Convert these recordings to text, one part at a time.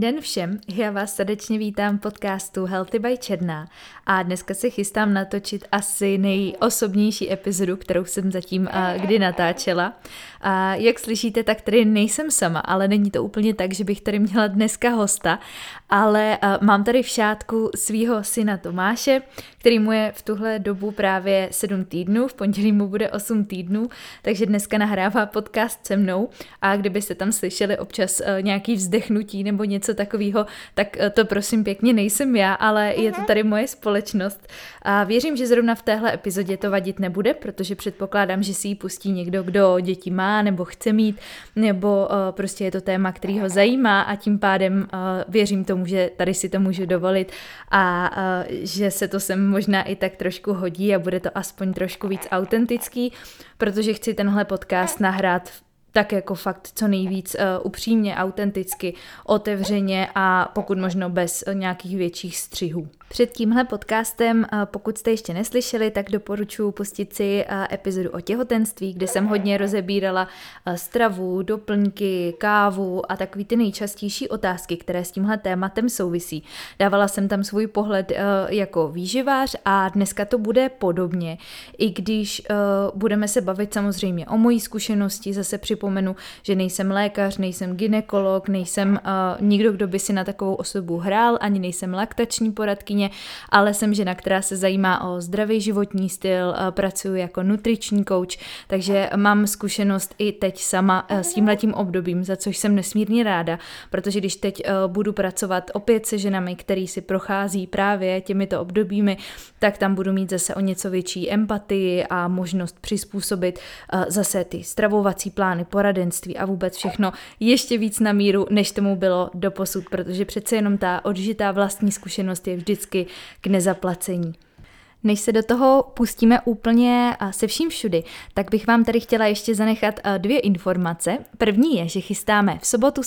den všem, já vás srdečně vítám v podcastu Healthy by Černá a dneska se chystám natočit asi nejosobnější epizodu, kterou jsem zatím kdy natáčela. A jak slyšíte, tak tady nejsem sama, ale není to úplně tak, že bych tady měla dneska hosta, ale mám tady v šátku svýho syna Tomáše, který mu je v tuhle dobu právě 7 týdnů, v pondělí mu bude 8 týdnů, takže dneska nahrává podcast se mnou a kdybyste tam slyšeli občas nějaký vzdechnutí nebo něco takového, tak to prosím pěkně nejsem já, ale je to tady moje společnost. A věřím, že zrovna v téhle epizodě to vadit nebude, protože předpokládám, že si ji pustí někdo, kdo děti má nebo chce mít, nebo prostě je to téma, který ho zajímá a tím pádem věřím tomu, že tady si to můžu dovolit a že se to sem možná i tak trošku hodí a bude to aspoň trošku víc autentický, protože chci tenhle podcast nahrát tak jako fakt co nejvíc upřímně, autenticky, otevřeně a pokud možno bez nějakých větších střihů. Před tímhle podcastem, pokud jste ještě neslyšeli, tak doporučuji pustit si epizodu o těhotenství, kde jsem hodně rozebírala stravu, doplňky, kávu a takový ty nejčastější otázky, které s tímhle tématem souvisí. Dávala jsem tam svůj pohled jako výživář a dneska to bude podobně, i když budeme se bavit samozřejmě o mojí zkušenosti, zase připomenu, že nejsem lékař, nejsem gynekolog, nejsem nikdo, kdo by si na takovou osobu hrál, ani nejsem laktační poradkyně, ale jsem žena, která se zajímá o zdravý životní styl, pracuji jako nutriční coach, takže mám zkušenost i teď sama s tímhletím obdobím, za což jsem nesmírně ráda, protože když teď budu pracovat opět se ženami, který si prochází právě těmito obdobími, tak tam budu mít zase o něco větší empatii a možnost přizpůsobit zase ty stravovací plány, poradenství a vůbec všechno ještě víc na míru, než tomu bylo doposud, protože přece jenom ta odžitá vlastní zkušenost je vždycky k nezaplacení. Než se do toho pustíme úplně se vším všudy, tak bych vám tady chtěla ještě zanechat 2 informace. První je, že chystáme v sobotu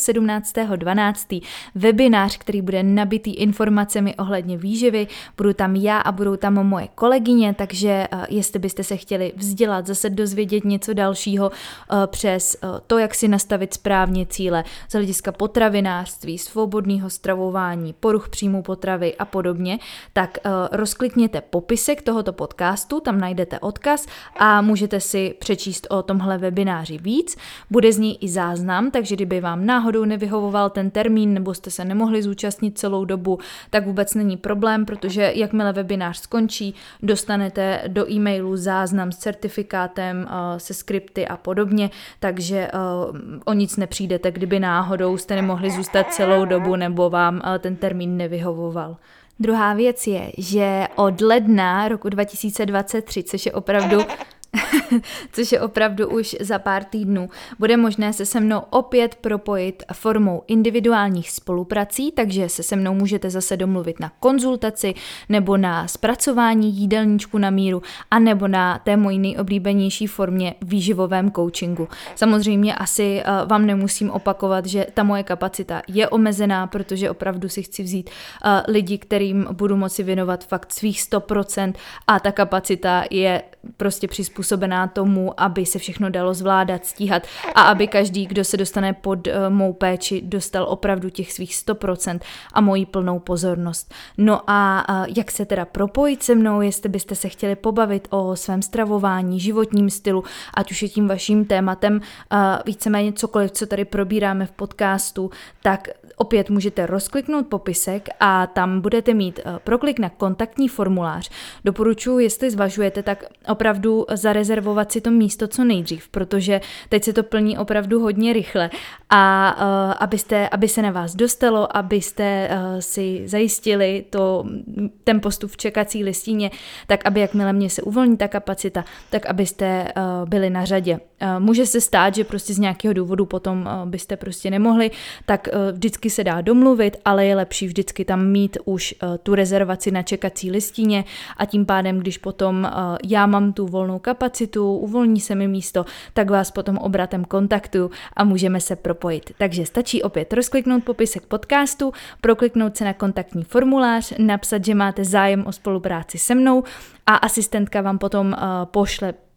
17.12. webinář, který bude nabitý informacemi ohledně výživy. Budu tam já a budou tam moje kolegyně, takže jestli byste se chtěli vzdělat, zase dozvědět něco dalšího přes to, jak si nastavit správně cíle z hlediska potravinářství, svobodného stravování, poruch příjmu potravy a podobně, tak rozklikněte popis tohoto podcastu, tam najdete odkaz a můžete si přečíst o tomhle webináři víc. Bude z ní i záznam, takže kdyby vám náhodou nevyhovoval ten termín nebo jste se nemohli zúčastnit celou dobu, tak vůbec není problém, protože jakmile webinář skončí, dostanete do e-mailu záznam s certifikátem, se skripty a podobně, takže o nic nepřijdete, kdyby náhodou jste nemohli zůstat celou dobu nebo vám ten termín nevyhovoval. Druhá věc je, že od ledna roku 2023, což je opravdu už za pár týdnů, bude možné se se mnou opět propojit formou individuálních spoluprací, takže se mnou můžete zase domluvit na konzultaci nebo na zpracování jídelníčku na míru a nebo na té mojí nejoblíbenější formě výživovém coachingu. Samozřejmě asi vám nemusím opakovat, že ta moje kapacita je omezená, protože opravdu si chci vzít lidi, kterým budu moci věnovat fakt svých 100% a ta kapacita je prostě přizpůsobená tomu, aby se všechno dalo zvládat, stíhat a aby každý, kdo se dostane pod mou péči, dostal opravdu těch svých 100% a moji plnou pozornost. No a jak se teda propojit se mnou, jestli byste se chtěli pobavit o svém stravování, životním stylu, ať už je tím vaším tématem víceméně cokoliv, co tady probíráme v podcastu, tak opět můžete rozkliknout popisek a tam budete mít proklik na kontaktní formulář. Doporučuji, jestli zvažujete, tak opravdu zarezervovat si to místo co nejdřív, protože teď se to plní opravdu hodně rychle a aby se na vás dostalo, abyste si zajistili ten postup v čekací listině, tak aby jakmile mě se uvolní ta kapacita, tak abyste byli na řadě. Může se stát, že prostě z nějakého důvodu potom byste prostě nemohli, tak vždycky se dá domluvit, ale je lepší vždycky tam mít už tu rezervaci na čekací listině a tím pádem, když potom já mám tu volnou kapacitu, uvolní se mi místo, tak vás potom obratem kontaktuju a můžeme se propojit. Takže stačí opět rozkliknout popisek podcastu, prokliknout se na kontaktní formulář, napsat, že máte zájem o spolupráci se mnou a asistentka vám potom pošle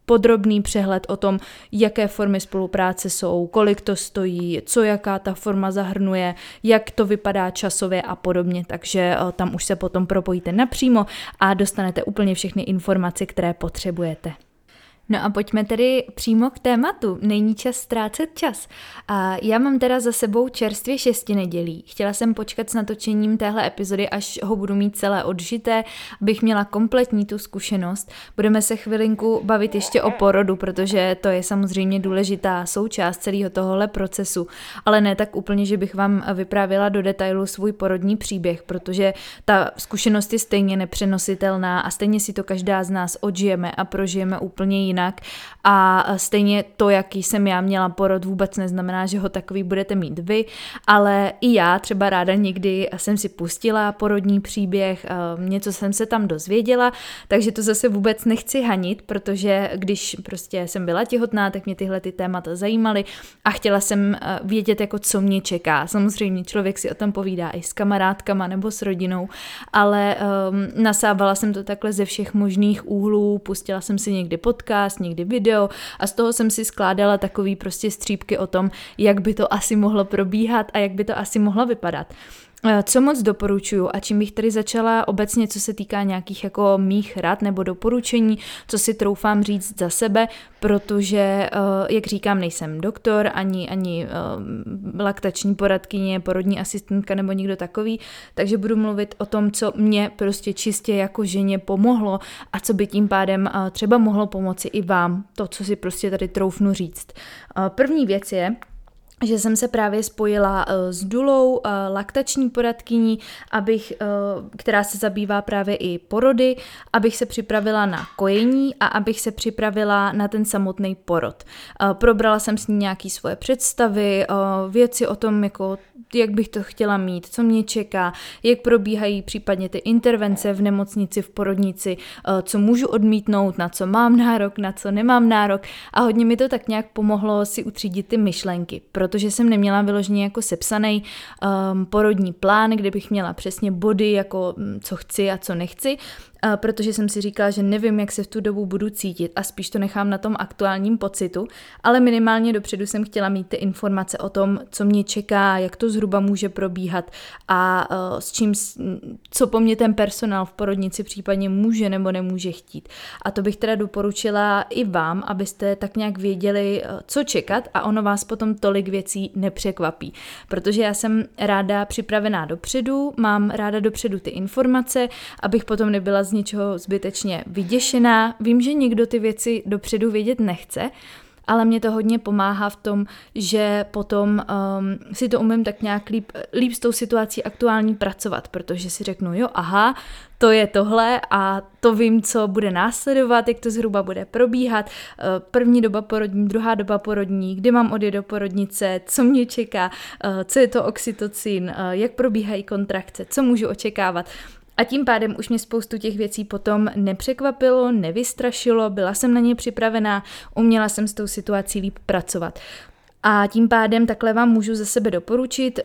podrobný přehled o tom, jaké formy spolupráce jsou, kolik to stojí, co jaká ta forma zahrnuje, jak to vypadá časově a podobně, takže tam už se potom propojíte napřímo a dostanete úplně všechny informace, které potřebujete. No a pojďme tedy přímo k tématu. Není čas ztrácet čas. A já mám teda za sebou čerstvě 6 nedělí. Chtěla jsem počkat s natočením téhle epizody, až ho budu mít celé odžité, abych měla kompletní tu zkušenost. Budeme se chvilinku bavit ještě o porodu, protože to je samozřejmě důležitá součást celého tohohle procesu, ale ne tak úplně, že bych vám vyprávěla do detailu svůj porodní příběh, protože ta zkušenost je stejně nepřenositelná a stejně si to každá z nás odžijeme a prožijeme úplně jinak. A stejně to, jaký jsem já měla porod, vůbec neznamená, že ho takový budete mít vy, ale i já třeba ráda někdy jsem si pustila porodní příběh, něco jsem se tam dozvěděla, takže to zase vůbec nechci hanit, protože když prostě jsem byla těhotná, tak mě tyhle ty témata zajímaly a chtěla jsem vědět, jako co mě čeká. Samozřejmě člověk si o tom povídá i s kamarádkama nebo s rodinou, ale nasávala jsem to takhle ze všech možných úhlů, pustila jsem si někdy podcast, někdy video a z toho jsem si skládala takový prostě střípky o tom, jak by to asi mohlo probíhat a jak by to asi mohlo vypadat. Co moc doporučuju a čím bych tady začala obecně, co se týká nějakých jako mých rad nebo doporučení, co si troufám říct za sebe, protože, jak říkám, nejsem doktor, ani laktační poradkyně, porodní asistentka nebo někdo takový, takže budu mluvit o tom, co mě prostě čistě jako ženě pomohlo a co by tím pádem třeba mohlo pomoci i vám, to, co si prostě tady troufnu říct. První věc je, že jsem se právě spojila s Dulou, laktační poradkyní, která se zabývá právě i porody, abych se připravila na kojení a abych se připravila na ten samotný porod. Probrala jsem s ní nějaké svoje představy, věci o tom, jako, jak bych to chtěla mít, co mě čeká, jak probíhají případně ty intervence v nemocnici, v porodnici, co můžu odmítnout, na co mám nárok, na co nemám nárok a hodně mi to tak nějak pomohlo si utřídit ty myšlenky, protože jsem neměla vyloženě jako sepsaný porodní plán, kde bych měla přesně body, jako co chci a co nechci, protože jsem si říkala, že nevím, jak se v tu dobu budu cítit a spíš to nechám na tom aktuálním pocitu, ale minimálně dopředu jsem chtěla mít ty informace o tom, co mě čeká, jak to zhruba může probíhat a s čím, co po mně ten personál v porodnici případně může nebo nemůže chtít. A to bych teda doporučila i vám, abyste tak nějak věděli, co čekat a ono vás potom tolik věcí nepřekvapí, protože já jsem ráda připravená dopředu, mám ráda dopředu ty informace, abych potom nebyla z něčeho zbytečně vyděšená. Vím, že někdo ty věci dopředu vědět nechce, ale mě to hodně pomáhá v tom, že potom si to umím tak nějak líp s tou situací aktuální pracovat, protože si řeknu, jo, aha, to je tohle a to vím, co bude následovat, jak to zhruba bude probíhat, první doba porodní, druhá doba porodní, kdy mám odjet do porodnice, co mě čeká, co je to oxytocin, jak probíhají kontrakce, co můžu očekávat. A tím pádem už mě spoustu těch věcí potom nepřekvapilo, nevystrašilo, byla jsem na ně připravená, uměla jsem s tou situací líp pracovat. A tím pádem takhle vám můžu za sebe doporučit,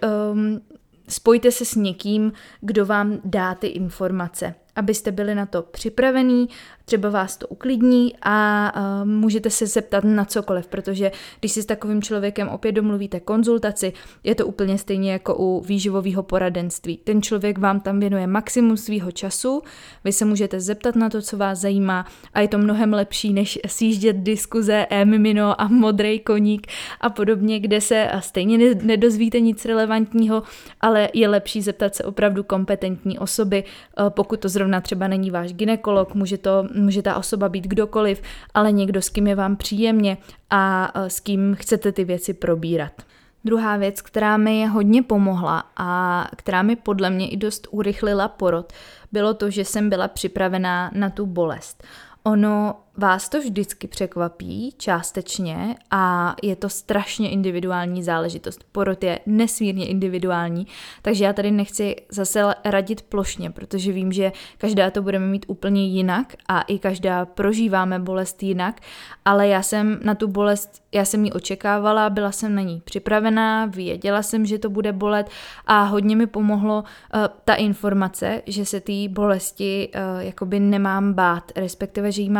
spojte se s někým, kdo vám dá ty informace, abyste byli na to připravení, třeba vás to uklidní a můžete se zeptat na cokoliv, protože když si s takovým člověkem opět domluvíte konzultaci, je to úplně stejně jako u výživového poradenství. Ten člověk vám tam věnuje maximum svýho času, vy se můžete zeptat na to, co vás zajímá a je to mnohem lepší, než sjíždět diskuze mimino a modrý koník a podobně, kde se stejně nedozvíte nic relevantního, ale je lepší zeptat se opravdu kompetentní osoby, pokud to zrovna třeba není váš gynekolog, může ta osoba být kdokoliv, ale někdo, s kým je vám příjemně a s kým chcete ty věci probírat. Druhá věc, která mi hodně pomohla a která mi podle mě i dost urychlila porod, bylo to, že jsem byla připravená na tu bolest. Ono vás to vždycky překvapí částečně a je to strašně individuální záležitost. Porod je nesmírně individuální, takže já tady nechci zase radit plošně, protože vím, že každá to budeme mít úplně jinak a i každá prožíváme bolest jinak, ale já jsem na tu bolest, já jsem ji očekávala, byla jsem na ní připravená, věděla jsem, že to bude bolet a hodně mi pomohlo ta informace, že se té bolesti jakoby nemám bát, respektive, že ji mám jako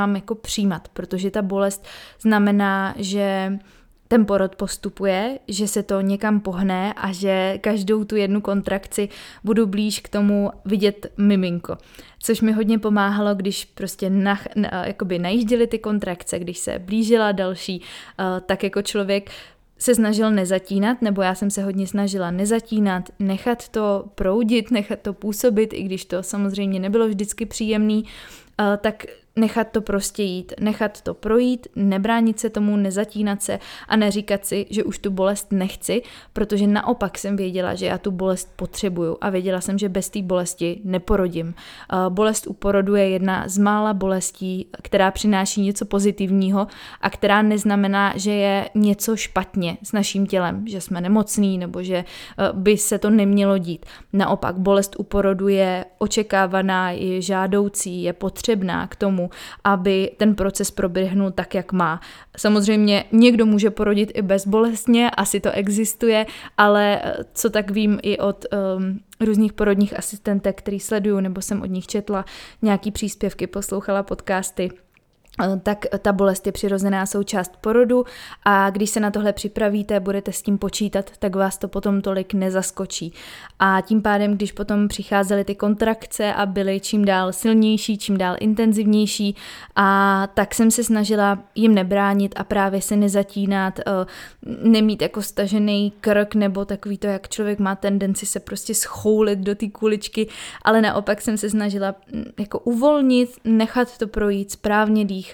přijímat, protože ta bolest znamená, že ten porod postupuje, že se to někam pohne a že každou tu jednu kontrakci budu blíž k tomu vidět miminko. Což mi hodně pomáhalo, když prostě jakoby najížděly ty kontrakce, když se blížila další, tak jako člověk se snažil nezatínat, nebo já jsem se hodně snažila nezatínat, nechat to proudit, nechat to působit, i když to samozřejmě nebylo vždycky příjemný, tak nechat to prostě jít, nechat to projít, nebránit se tomu, nezatínat se a neříkat si, že už tu bolest nechci, protože naopak jsem věděla, že já tu bolest potřebuju a věděla jsem, že bez té bolesti neporodím. Bolest u porodu je jedna z mála bolestí, která přináší něco pozitivního a která neznamená, že je něco špatně s naším tělem, že jsme nemocní nebo že by se to nemělo dít. Naopak, bolest u porodu je očekávaná, je žádoucí, je potřebná k tomu, aby ten proces proběhnul tak, jak má. Samozřejmě někdo může porodit i bezbolestně, asi to existuje, ale co tak vím i od různých porodních asistentek, který sleduju, nebo jsem od nich četla nějaký příspěvky, poslouchala podcasty, tak ta bolest je přirozená součást porodu a když se na tohle připravíte, budete s tím počítat, tak vás to potom tolik nezaskočí. A tím pádem, když potom přicházely ty kontrakce a byly čím dál silnější, čím dál intenzivnější, a tak jsem se snažila jim nebránit a právě se nezatínat, nemít jako stažený krk nebo takový to, jak člověk má tendenci se prostě schoulit do té kuličky, ale naopak jsem se snažila jako uvolnit, nechat to projít, správně dýchat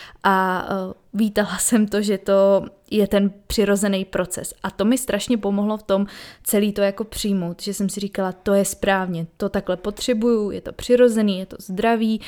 a vítala jsem to, že to je ten přirozený proces. A to mi strašně pomohlo v tom celý to jako přijmout, že jsem si říkala, to je správně, to takhle potřebuju, je to přirozený, je to zdravý,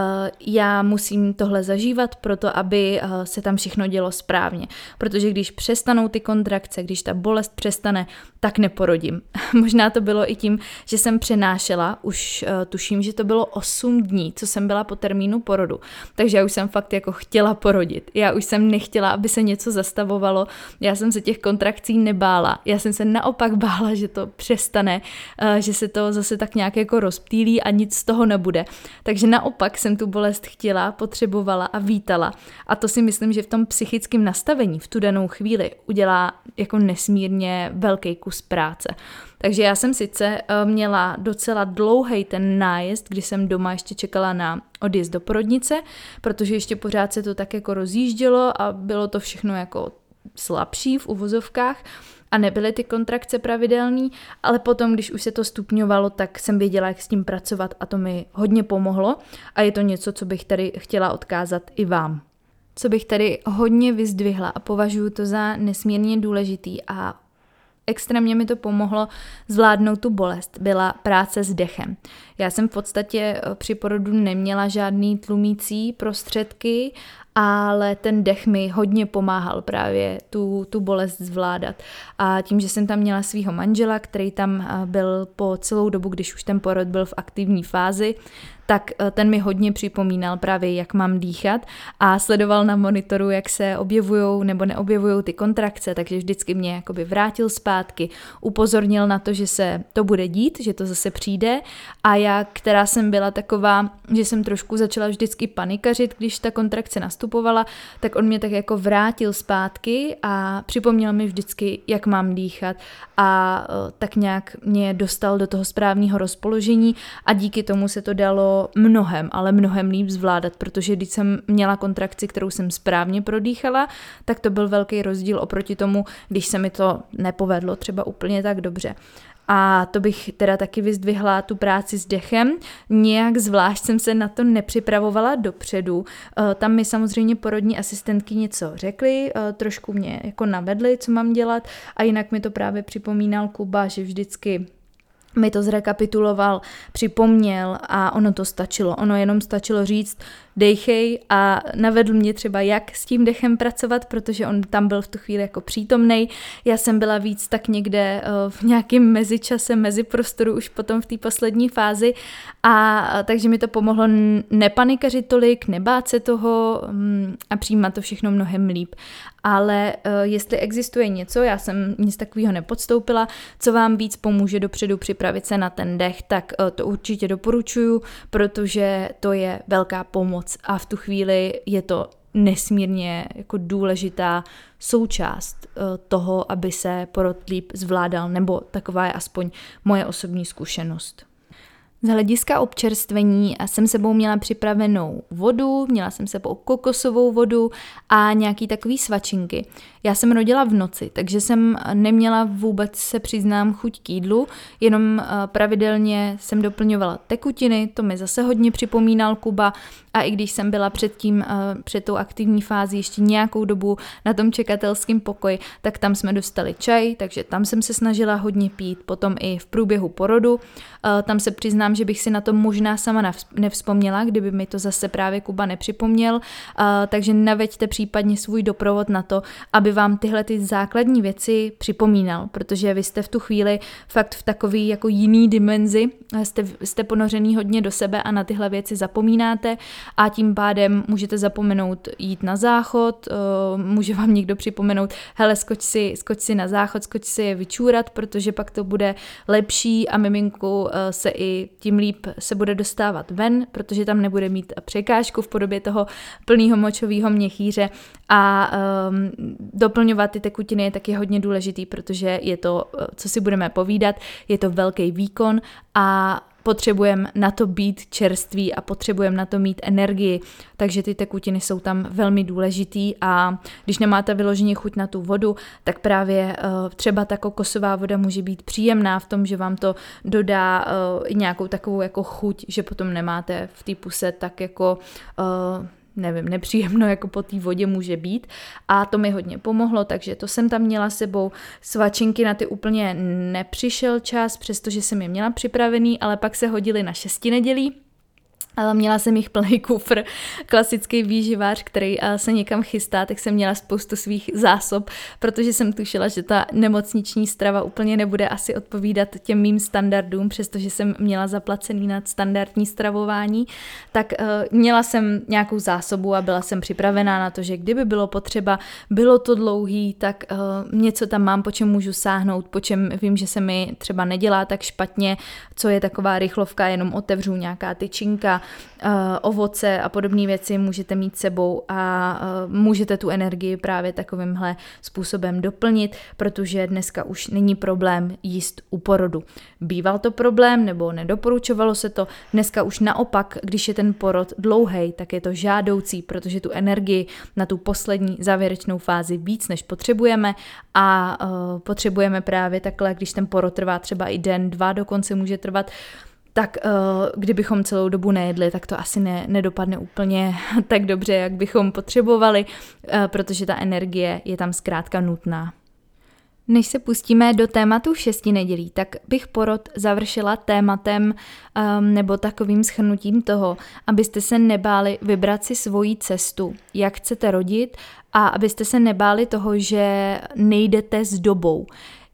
já musím tohle zažívat proto, aby se tam všechno dělo správně. Protože když přestanou ty kontrakce, když ta bolest přestane, tak neporodím. Možná to bylo i tím, že jsem přenášela, už tuším, že to bylo 8 dní, co jsem byla po termínu porodu. Takže já už jsem fakt jako chtěla porodit. Já už jsem nechtěla, aby se něco zastavovalo. Já jsem se těch kontrakcí nebála. Já jsem se naopak bála, že to přestane, že se to zase tak nějak jako rozptýlí a nic z toho nebude. Takže naopak jsem tu bolest chtěla, potřebovala a vítala. A to si myslím, že v tom psychickém nastavení v tu danou chvíli udělá jako nesmírně velký kus práce. Takže já jsem sice měla docela dlouhý ten nájezd, kdy jsem doma ještě čekala na odjezd do porodnice, protože ještě pořád se to tak jako rozjíždělo a bylo to všechno jako slabší v uvozovkách a nebyly ty kontrakce pravidelný, ale potom, když už se to stupňovalo, tak jsem věděla, jak s tím pracovat a to mi hodně pomohlo a je to něco, co bych tady chtěla odkázat i vám. Co bych tady hodně vyzdvihla a považuji to za nesmírně důležitý a extrémně mi to pomohlo zvládnout tu bolest, byla práce s dechem. Já jsem v podstatě při porodu neměla žádný tlumící prostředky, ale ten dech mi hodně pomáhal právě tu bolest zvládat. A tím, že jsem tam měla svého manžela, který tam byl po celou dobu, když už ten porod byl v aktivní fázi, tak ten mi hodně připomínal právě, jak mám dýchat a sledoval na monitoru, jak se objevujou nebo neobjevují ty kontrakce, takže vždycky mě jakoby vrátil zpátky, upozornil na to, že se to bude dít, že to zase přijde a já, která jsem byla taková, že jsem trošku začala vždycky panikařit, když ta kontrakce nastupovala, tak on mě tak jako vrátil zpátky a připomněl mi vždycky, jak mám dýchat a tak nějak mě dostal do toho správného rozpoložení a díky tomu se to dalo mnohem líp zvládat, protože když jsem měla kontrakci, kterou jsem správně prodýchala, tak to byl velký rozdíl oproti tomu, když se mi to nepovedlo třeba úplně tak dobře. A to bych teda taky vyzdvihla tu práci s dechem. Nějak zvlášť jsem se na to nepřipravovala dopředu. Tam mi samozřejmě porodní asistentky něco řekly, trošku mě jako navedly, co mám dělat a jinak mi to právě připomínal Kuba, že vždycky mi to zrekapituloval, připomněl a ono to stačilo. Ono jenom stačilo říct dejchej a navedl mě třeba, jak s tím dechem pracovat, protože on tam byl v tu chvíli jako přítomnej. Já jsem byla víc tak někde v nějakém mezičase, meziprostoru už potom v té poslední fázi a takže mi to pomohlo nepanikařit tolik, nebát se toho a přijímat to všechno mnohem líp. Ale jestli existuje něco, já jsem nic takového nepodstoupila, co vám víc pomůže dopředu připravit připravit se na ten dech, tak to určitě doporučuju, protože to je velká pomoc a v tu chvíli je to nesmírně jako důležitá součást toho, aby se porod líp zvládal, nebo taková je aspoň moje osobní zkušenost. Z hlediska občerstvení jsem sebou měla připravenou vodu, měla jsem sebou kokosovou vodu a nějaký takový svačinky. Já jsem rodila v noci, takže jsem neměla vůbec, se přiznám, chuť k jídlu, jenom pravidelně jsem doplňovala tekutiny, to mi zase hodně připomínal Kuba a i když jsem byla před tou aktivní fází ještě nějakou dobu na tom čekatelském pokoji, tak tam jsme dostali čaj, takže tam jsem se snažila hodně pít, potom i v průběhu porodu, tam se přiznám, že bych si na to možná sama nevzpomněla, kdyby mi to zase právě Kuba nepřipomněl, takže naveďte případně svůj doprovod na to, aby vám tyhle ty základní věci připomínal, protože vy jste v tu chvíli fakt v takový jako jiný dimenzi, jste ponořený hodně do sebe a na tyhle věci zapomínáte a tím pádem můžete zapomenout jít na záchod, může vám někdo připomenout, hele, skoč si na záchod, skoč si je vyčůrat, protože pak to bude lepší a miminku se i tím líp se bude dostávat ven, protože tam nebude mít překážku v podobě toho plného močového měchýře a doplňovat ty tekutiny je taky hodně důležitý, protože je to, co si budeme povídat, je to velký výkon a potřebujeme na to být čerství a potřebujeme na to mít energii, takže ty tekutiny jsou tam velmi důležitý a když nemáte vyloženě chuť na tu vodu, tak právě třeba ta kokosová voda může být příjemná v tom, že vám to dodá i nějakou takovou jako chuť, že potom nemáte v té puse tak jako nepříjemno, jako po té vodě může být a to mi hodně pomohlo, takže to jsem tam měla sebou. Svačinky na ty úplně nepřišel čas, přestože jsem je měla připravený, ale pak se hodily na 6 nedělí. Ale měla jsem jich plný kufr, klasický výživář, který se někam chystá, tak jsem měla spoustu svých zásob, protože jsem tušila, že ta nemocniční strava úplně nebude asi odpovídat těm mým standardům, přestože jsem měla zaplacený na standardní stravování, tak měla jsem nějakou zásobu a byla jsem připravená na to, že kdyby bylo potřeba, bylo to dlouhý, tak něco tam mám, po čem můžu sáhnout, po čem vím, že se mi třeba nedělá tak špatně, co je taková rychlovka, jenom otevřu nějaká tyčinka, ovoce a podobné věci můžete mít sebou a můžete tu energii právě takovýmhle způsobem doplnit, protože dneska už není problém jíst u porodu. Býval to problém nebo nedoporučovalo se to, dneska už naopak, když je ten porod dlouhej, tak je to žádoucí, protože tu energii na tu poslední závěrečnou fázi víc než potřebujeme a potřebujeme právě takhle, když ten porod trvá třeba i den, 2 dokonce může trvat, tak kdybychom celou dobu nejedli, tak to asi nedopadne úplně tak dobře, jak bychom potřebovali, protože ta energie je tam zkrátka nutná. Než se pustíme do tématu 6 nedělí, tak bych porod završila tématem nebo takovým shrnutím toho, abyste se nebáli vybrat si svoji cestu, jak chcete rodit a abyste se nebáli toho, že nejdete s dobou.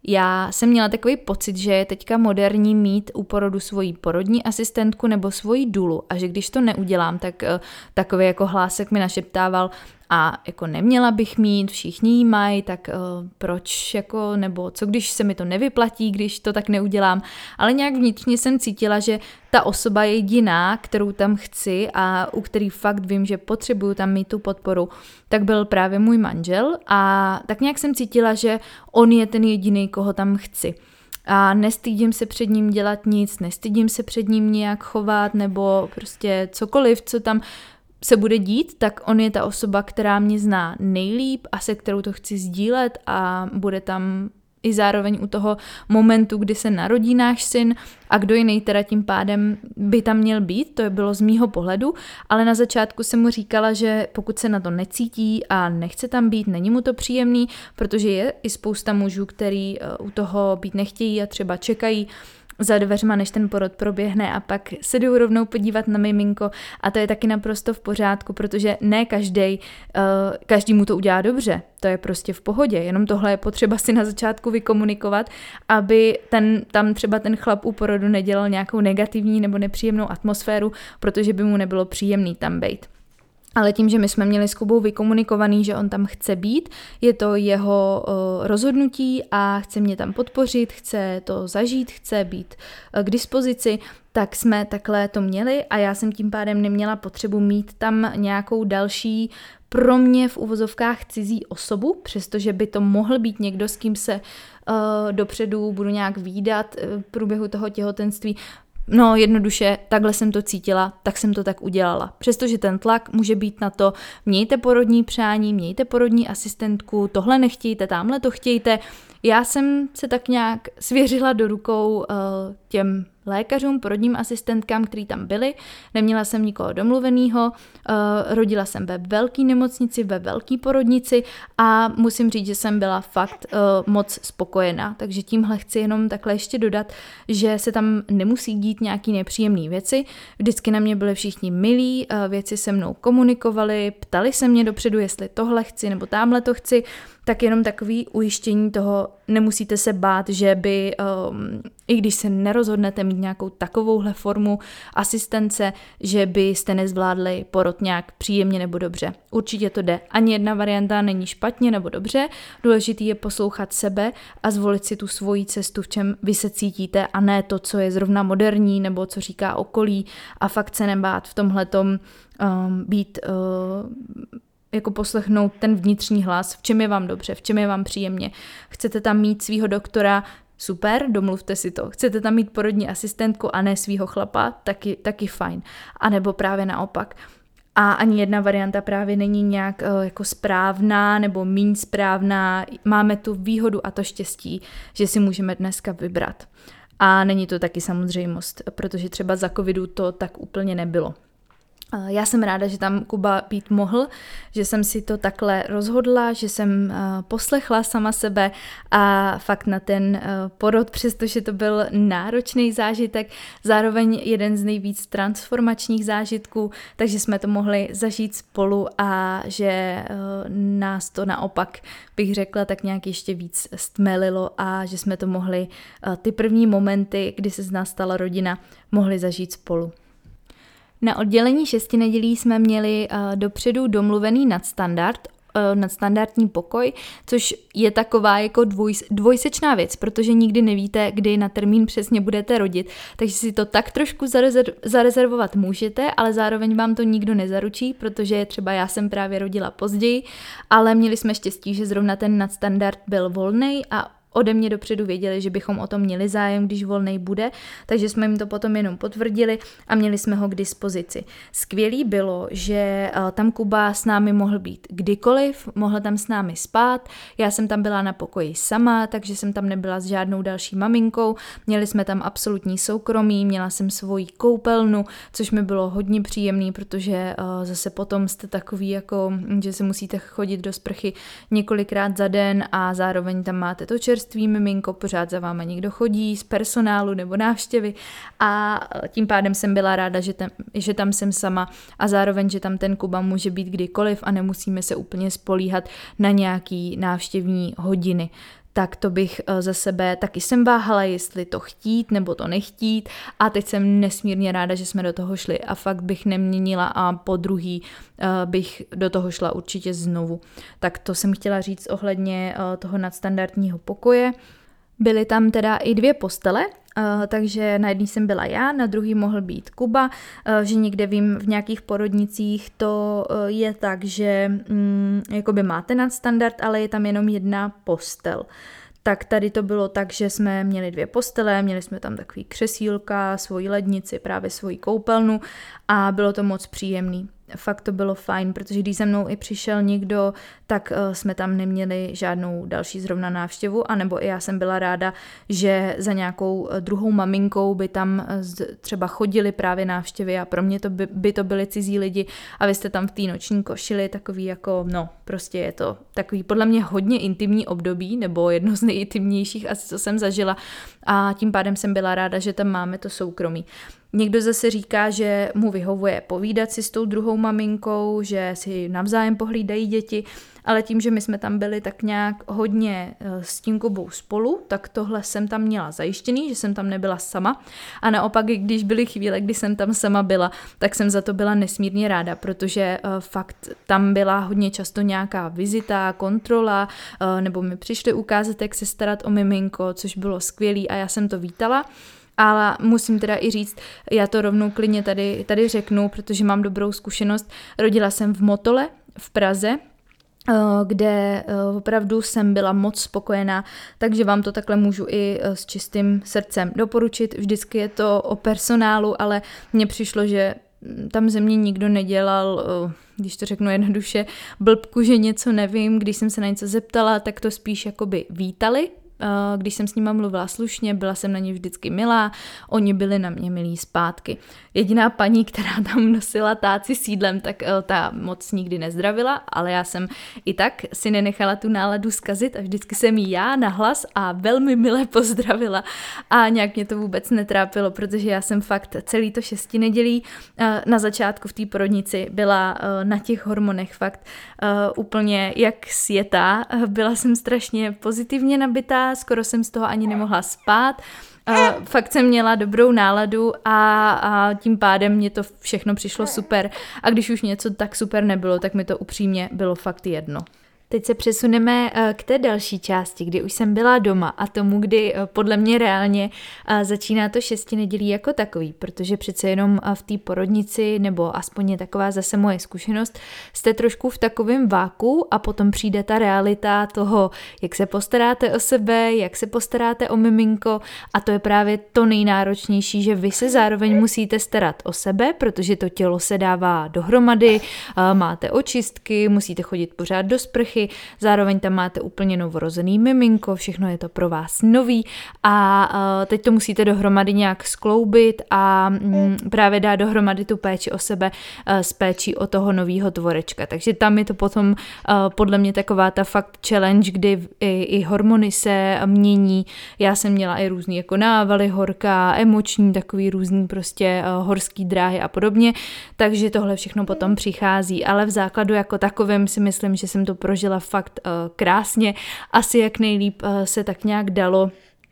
Já jsem měla takový pocit, že je teďka moderní mít u porodu svoji porodní asistentku nebo svoji dulu a že když to neudělám, tak takový jako hlásek mi našeptával a jako neměla bych mít, všichni jí mají, tak proč jako, nebo co když se mi to nevyplatí, když to tak neudělám, ale nějak vnitřně jsem cítila, že ta osoba je jediná, kterou tam chci a u který fakt vím, že potřebuju tam mít tu podporu, tak byl právě můj manžel a tak nějak jsem cítila, že on je ten jediný, koho tam chci. A nestydím se před ním dělat nic, nestydím se před ním nějak chovat nebo prostě cokoliv, co tam se bude dít, tak on je ta osoba, která mě zná nejlíp a se kterou to chci sdílet a bude tam i zároveň u toho momentu, kdy se narodí náš syn a kdo jiný teda tím pádem by tam měl být, to bylo z mýho pohledu, ale na začátku jsem mu říkala, že pokud se na to necítí a nechce tam být, není mu to příjemný, protože je i spousta mužů, který u toho být nechtějí a třeba čekají za dveřma, než ten porod proběhne a pak se jdou rovnou podívat na miminko a to je taky naprosto v pořádku, protože ne každý mu to udělá dobře, to je prostě v pohodě, jenom tohle je potřeba si na začátku vykomunikovat, aby tam třeba ten chlap u porodu nedělal nějakou negativní nebo nepříjemnou atmosféru, protože by mu nebylo příjemný tam bejt. Ale tím, že my jsme měli s Kubou vykomunikovaný, že on tam chce být, je to jeho rozhodnutí a chce mě tam podpořit, chce to zažít, chce být k dispozici, tak jsme takhle to měli a já jsem tím pádem neměla potřebu mít tam nějakou další pro mě v uvozovkách cizí osobu, přestože by to mohl být někdo, s kým se dopředu budu nějak vídat v průběhu toho těhotenství. No jednoduše, takhle jsem to cítila, tak jsem to tak udělala. Přestože ten tlak může být na to, mějte porodní přání, mějte porodní asistentku, tohle nechtějte, tamhle to chtějte. Já jsem se tak nějak svěřila do rukou těm lékařům, porodním asistentkám, který tam byli. Neměla jsem nikoho domluvenýho, rodila jsem ve velké nemocnici, ve velké porodnici a musím říct, že jsem byla fakt moc spokojená. Takže tímhle chci jenom takhle ještě dodat, že se tam nemusí dít nějaký nepříjemné věci. Vždycky na mě byli všichni milí, věci se mnou komunikovali, ptali se mě dopředu, jestli tohle chci nebo tamhle to chci, tak jenom takový ujištění toho, nemusíte se bát, že by, i když se nerozhodnete mít nějakou takovouhle formu asistence, že byste nezvládli porod nějak příjemně nebo dobře. Určitě to jde. Ani jedna varianta není špatně nebo dobře, důležitý je poslouchat sebe a zvolit si tu svoji cestu, v čem vy se cítíte a ne to, co je zrovna moderní nebo co říká okolí a fakt se nebát v tomhletom být jako poslechnout ten vnitřní hlas, v čem je vám dobře, v čem je vám příjemně. Chcete tam mít svýho doktora, super, domluvte si to. Chcete tam mít porodní asistentku a ne svýho chlapa, taky fajn. A nebo právě naopak. A ani jedna varianta právě není nějak jako správná nebo míň správná. Máme tu výhodu a to štěstí, že si můžeme dneska vybrat. A není to taky samozřejmost, protože třeba za covidu to tak úplně nebylo. Já jsem ráda, že tam Kuba být mohl, že jsem si to takhle rozhodla, že jsem poslechla sama sebe a fakt na ten porod, přestože to byl náročný zážitek, zároveň jeden z nejvíc transformačních zážitků, takže jsme to mohli zažít spolu a že nás to naopak, bych řekla, tak nějak ještě víc stmelilo a že jsme to mohli ty první momenty, kdy se z nás stala rodina, mohli zažít spolu. Na oddělení 6 nedělí jsme měli dopředu domluvený nadstandardní pokoj, což je taková jako dvojsečná věc, protože nikdy nevíte, kdy na termín přesně budete rodit, takže si to tak trošku zarezervovat můžete, ale zároveň vám to nikdo nezaručí, protože třeba já jsem právě rodila později, ale měli jsme štěstí, že zrovna ten nadstandard byl volnej a ode mě dopředu věděli, že bychom o tom měli zájem, když volnej bude, takže jsme jim to potom jenom potvrdili a měli jsme ho k dispozici. Skvělý bylo, že tam Kuba s námi mohl být kdykoliv, mohl tam s námi spát, já jsem tam byla na pokoji sama, takže jsem tam nebyla s žádnou další maminkou, měli jsme tam absolutní soukromí, měla jsem svoji koupelnu, což mi bylo hodně příjemný, protože zase potom jste takový jako, že se musíte chodit do sprchy několikrát za den a zároveň tam máte to čerství miminko, pořád za váma někdo chodí z personálu nebo návštěvy a tím pádem jsem byla ráda, že tam jsem sama a zároveň, že tam ten Kuba může být kdykoliv a nemusíme se úplně spolíhat na nějaký návštěvní hodiny. Tak to bych za sebe taky jsem váhala, jestli to chtít nebo to nechtít a teď jsem nesmírně ráda, že jsme do toho šli a fakt bych neměnila a po druhý bych do toho šla určitě znovu. Tak to jsem chtěla říct ohledně toho nadstandardního pokoje. Byly tam teda i 2 postele, takže na jedné jsem byla já, na druhý mohl být Kuba, že někde vím v nějakých porodnicích to je tak, že jakoby máte nadstandard, ale je tam jenom 1 postel. Tak tady to bylo tak, že jsme měli 2 postele, měli jsme tam takový křesílka, svoji lednici, právě svoji koupelnu a bylo to moc příjemný. Fakt to bylo fajn, protože když se mnou i přišel někdo, tak jsme tam neměli žádnou další zrovna návštěvu, anebo i já jsem byla ráda, že za nějakou druhou maminkou by tam třeba chodili právě návštěvy a pro mě by to byli cizí lidi a vy jste tam v té noční košili takový jako, no prostě je to takový podle mě hodně intimní období, nebo jedno z nejintimnějších asi, co jsem zažila a tím pádem jsem byla ráda, že tam máme to soukromí. Někdo zase říká, že mu vyhovuje povídat si s tou druhou maminkou, že si navzájem pohlídají děti, ale tím, že my jsme tam byli tak nějak hodně s tím Kubou spolu, tak tohle jsem tam měla zajištěný, že jsem tam nebyla sama. A naopak, když byly chvíle, kdy jsem tam sama byla, tak jsem za to byla nesmírně ráda, protože fakt tam byla hodně často nějaká vizita, kontrola, nebo mi přišli ukázat, jak se starat o miminko, což bylo skvělý a já jsem to vítala. Ale musím teda i říct, já to rovnou klidně tady řeknu, protože mám dobrou zkušenost. Rodila jsem v Motole v Praze, kde opravdu jsem byla moc spokojená, takže vám to takhle můžu i s čistým srdcem doporučit. Vždycky je to o personálu, ale mně přišlo, že tam ze mě nikdo nedělal, když to řeknu jednoduše, blbku, že něco nevím. Když jsem se na něco zeptala, tak to spíš jakoby vítali. Když jsem s nima mluvila slušně, byla jsem na ně vždycky milá, oni byli na mě milí zpátky. Jediná paní, která tam nosila táci s jídlem, tak ta moc nikdy nezdravila, ale já jsem i tak si nenechala tu náladu zkazit a vždycky jsem jí já nahlas a velmi milé pozdravila a nějak mě to vůbec netrápilo, protože já jsem fakt celý to 6 nedělí na začátku v té porodnici byla na těch hormonech fakt úplně jak sjetá. Byla jsem strašně pozitivně nabitá, skoro jsem z toho ani nemohla spát. Fakt jsem měla dobrou náladu a tím pádem mě to všechno přišlo super. A když už něco tak super nebylo, tak mi to upřímně bylo fakt jedno. Teď se přesuneme k té další části, kdy už jsem byla doma a tomu, kdy podle mě reálně začíná to 6 nedělí jako takový, protože přece jenom v té porodnici, nebo aspoň je taková zase moje zkušenost, jste trošku v takovém váku a potom přijde ta realita toho, jak se postaráte o sebe, jak se postaráte o miminko a to je právě to nejnáročnější, že vy se zároveň musíte starat o sebe, protože to tělo se dává dohromady, máte očistky, musíte chodit pořád do sprchy, zároveň tam máte úplně novorozený miminko, všechno je to pro vás nový a teď to musíte dohromady nějak skloubit a právě dát dohromady tu péči o sebe s péčí o toho novýho tvorečka. Takže tam je to potom podle mě taková ta fakt challenge, kdy i hormony se mění. Já jsem měla i různý jako návaly, horká, emoční, takový různý prostě horský dráhy a podobně, takže tohle všechno potom přichází, ale v základu jako takovém si myslím, že jsem to prožila fakt krásně, asi jak nejlíp se tak nějak dalo.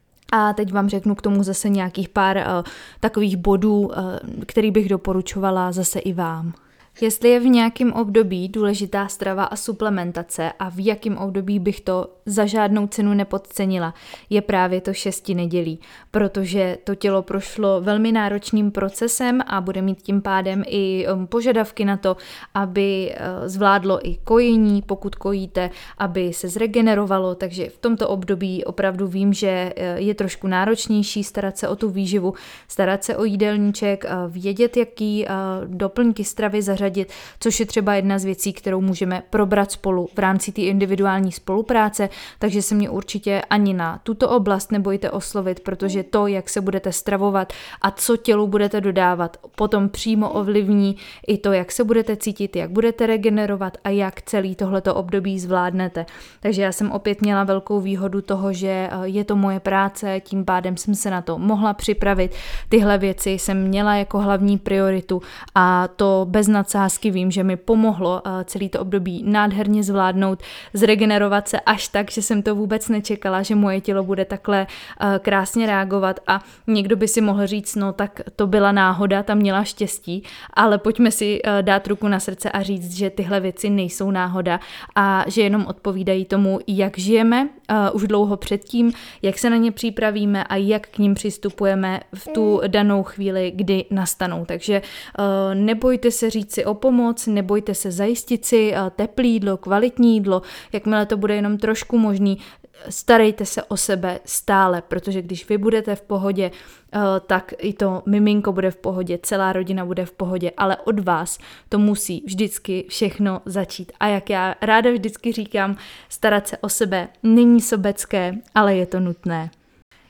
A teď vám řeknu k tomu zase nějakých pár takových bodů, který bych doporučovala zase i vám. Jestli je v nějakém období důležitá strava a suplementace a v jakém období bych to za žádnou cenu nepodcenila, je právě to 6 nedělí, protože to tělo prošlo velmi náročným procesem a bude mít tím pádem i požadavky na to, aby zvládlo i kojení, pokud kojíte, aby se zregenerovalo, takže v tomto období opravdu vím, že je trošku náročnější starat se o tu výživu, starat se o jídelníček, vědět, jaký doplňky stravy zařadit, což je třeba jedna z věcí, kterou můžeme probrat spolu v rámci té individuální spolupráce, takže se mě určitě ani na tuto oblast nebojte oslovit, protože to, jak se budete stravovat a co tělu budete dodávat, potom přímo ovlivní i to, jak se budete cítit, jak budete regenerovat a jak celý tohleto období zvládnete. Takže já jsem opět měla velkou výhodu toho, že je to moje práce, tím pádem jsem se na to mohla připravit. Tyhle věci jsem měla jako hlavní prioritu a to bez nadsázky vím, že mi pomohlo celý to období nádherně zvládnout, zregenerovat se až tak, že jsem to vůbec nečekala, že moje tělo bude takhle krásně reagovat a někdo by si mohl říct, no tak to byla náhoda, tam měla štěstí, ale pojďme si dát ruku na srdce a říct, že tyhle věci nejsou náhoda a že jenom odpovídají tomu, jak žijeme už dlouho předtím, jak se na ně připravíme a jak k ním přistupujeme v tu danou chvíli, kdy nastanou. Takže nebojte se říct si o pomoc, nebojte se zajistit si teplé jídlo, kvalitní jídlo, jakmile to bude jenom trošku možný, starejte se o sebe stále, protože když vy budete v pohodě, tak i to miminko bude v pohodě, celá rodina bude v pohodě, ale od vás to musí vždycky všechno začít. A jak já ráda vždycky říkám, starat se o sebe není sobecké, ale je to nutné.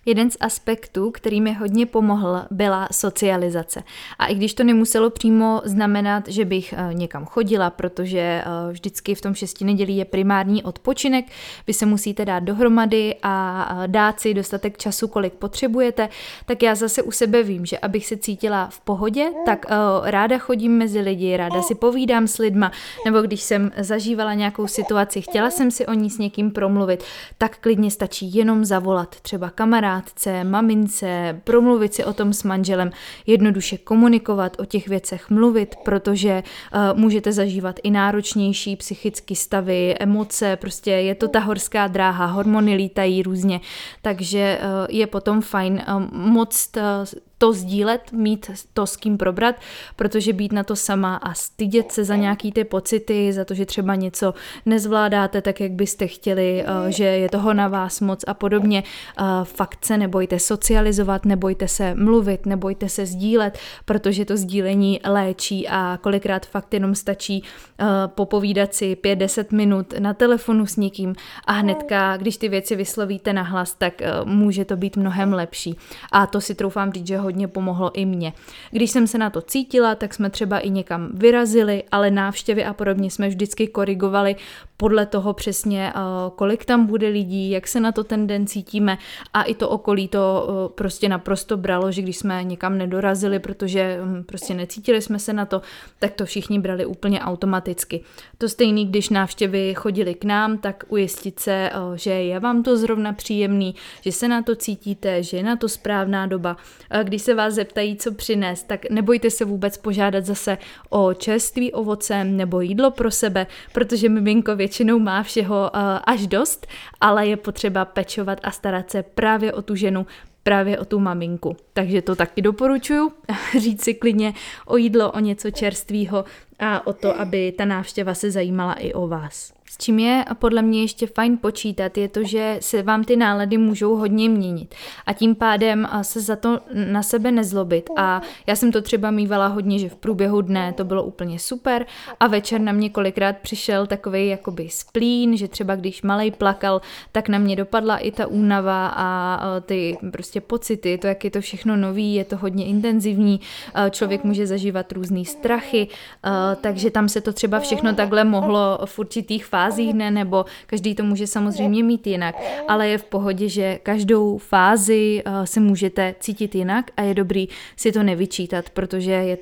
Jeden z aspektů, který mi hodně pomohl, byla socializace. A i když to nemuselo přímo znamenat, že bych někam chodila, protože vždycky v tom 6 nedělí je primární odpočinek, vy se musíte dát dohromady a dát si dostatek času, kolik potřebujete, tak já zase u sebe vím, že abych se cítila v pohodě, tak ráda chodím mezi lidi, ráda si povídám s lidma, nebo když jsem zažívala nějakou situaci, chtěla jsem si o ní s někým promluvit, tak klidně stačí jenom zavolat třeba kamarádce, mamince, promluvit si o tom s manželem, jednoduše komunikovat o těch věcech, mluvit, protože můžete zažívat i náročnější psychické stavy, emoce, prostě je to ta horská dráha, hormony lítají různě, takže je potom fajn moc to sdílet, mít to s kým probrat, protože být na to sama a stydět se za nějaký ty pocity, za to, že třeba něco nezvládáte tak, jak byste chtěli, že je toho na vás moc a podobně. Fakt se nebojte socializovat, nebojte se mluvit, nebojte se sdílet, protože to sdílení léčí a kolikrát fakt jenom stačí popovídat si 5-10 minut na telefonu s někým a hnedka, když ty věci vyslovíte nahlas, tak může to být mnohem lepší. A to si troufám říct, že hodně pomohlo i mně. Když jsem se na to cítila, tak jsme třeba i někam vyrazili, ale návštěvy a podobně jsme vždycky korigovali podle toho přesně, kolik tam bude lidí, jak se na to ten den cítíme a i to okolí to prostě naprosto bralo, že když jsme někam nedorazili, protože prostě necítili jsme se na to, tak to všichni brali úplně automaticky. To stejný, když návštěvy chodili k nám, tak ujistit se, že je vám to zrovna příjemný, že se na to cítíte, že je na to správná doba. Když se vás zeptají, co přinést, tak nebojte se vůbec požádat zase o čerstvý ovoce nebo jídlo pro sebe, protože miminko většinou má všeho až dost, ale je potřeba pečovat a starat se právě o tu ženu, právě o tu maminku. Takže to taky doporučuju, říct si klidně o jídlo, o něco čerstvého a o to, aby ta návštěva se zajímala i o vás. S čím je podle mě ještě fajn počítat, je to, že se vám ty nálady můžou hodně měnit a tím pádem se za to na sebe nezlobit. A já jsem to třeba mívala hodně, že v průběhu dne to bylo úplně super a večer na mě kolikrát přišel takovej jakoby splín, že třeba když malej plakal, tak na mě dopadla i ta únava a ty prostě pocity, to, jak je to všechno nový, je to hodně intenzivní, člověk může zažívat různý strachy, takže tam se to třeba všechno takhle mohlo v určitých fázích dne, nebo každý to může samozřejmě mít jinak, ale je v pohodě, že každou fázi se můžete cítit jinak a je dobrý si to nevyčítat, protože je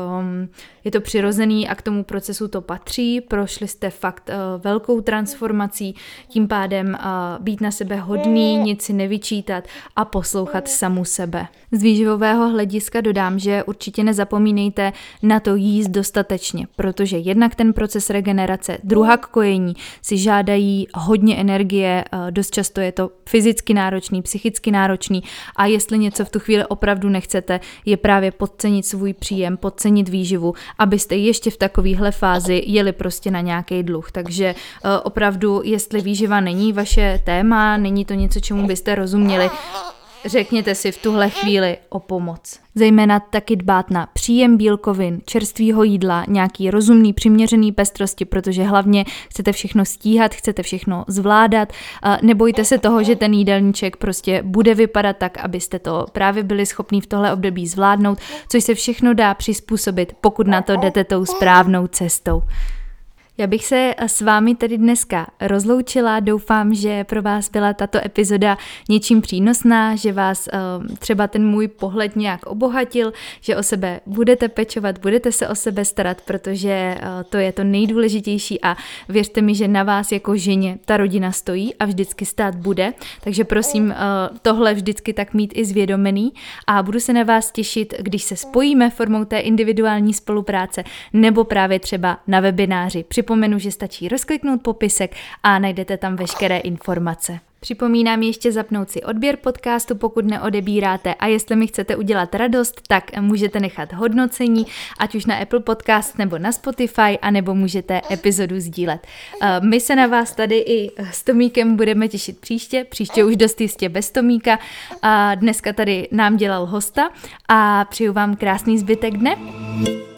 to přirozený a k tomu procesu to patří, prošli jste fakt velkou transformací, tím pádem být na sebe hodný, nic si nevyčítat a poslouchat samu sebe. Z výživového hlediska dodám, že určitě nezapomínejte na to jíst dostatečně, protože jednak ten proces regenerace, druhak kojení si žádají hodně energie, dost často je to fyzicky náročný, psychicky náročný a jestli něco v tu chvíli opravdu nechcete, je právě podcenit svůj příjem, podcenit výživu, abyste ještě v takovéhle fázi jeli prostě na nějaký dluh. Takže opravdu, jestli výživa není vaše téma, není to něco, čemu byste rozuměli, řekněte si v tuhle chvíli o pomoc. Zejména taky dbát na příjem bílkovin, čerstvého jídla, nějaký rozumný, přiměřený pestrosti, protože hlavně chcete všechno stíhat, chcete všechno zvládat. Nebojte se toho, že ten jídelníček prostě bude vypadat tak, abyste to právě byli schopní v tohle období zvládnout, což se všechno dá přizpůsobit, pokud na to jdete tou správnou cestou. Já bych se s vámi tedy dneska rozloučila, doufám, že pro vás byla tato epizoda něčím přínosná, že vás třeba ten můj pohled nějak obohatil, že o sebe budete pečovat, budete se o sebe starat, protože to je to nejdůležitější a věřte mi, že na vás jako ženě ta rodina stojí a vždycky stát bude, takže prosím tohle vždycky tak mít i zvědomený a budu se na vás těšit, když se spojíme formou té individuální spolupráce nebo právě třeba na webináři. Připomenu, že stačí rozkliknout popisek a najdete tam veškeré informace. Připomínám ještě zapnout si odběr podcastu, pokud neodebíráte a jestli mi chcete udělat radost, tak můžete nechat hodnocení, ať už na Apple Podcast nebo na Spotify, anebo můžete epizodu sdílet. My se na vás tady i s Tomíkem budeme těšit příště už dost jistě bez Tomíka. Dneska tady nám dělal hosta a přeju vám krásný zbytek dne.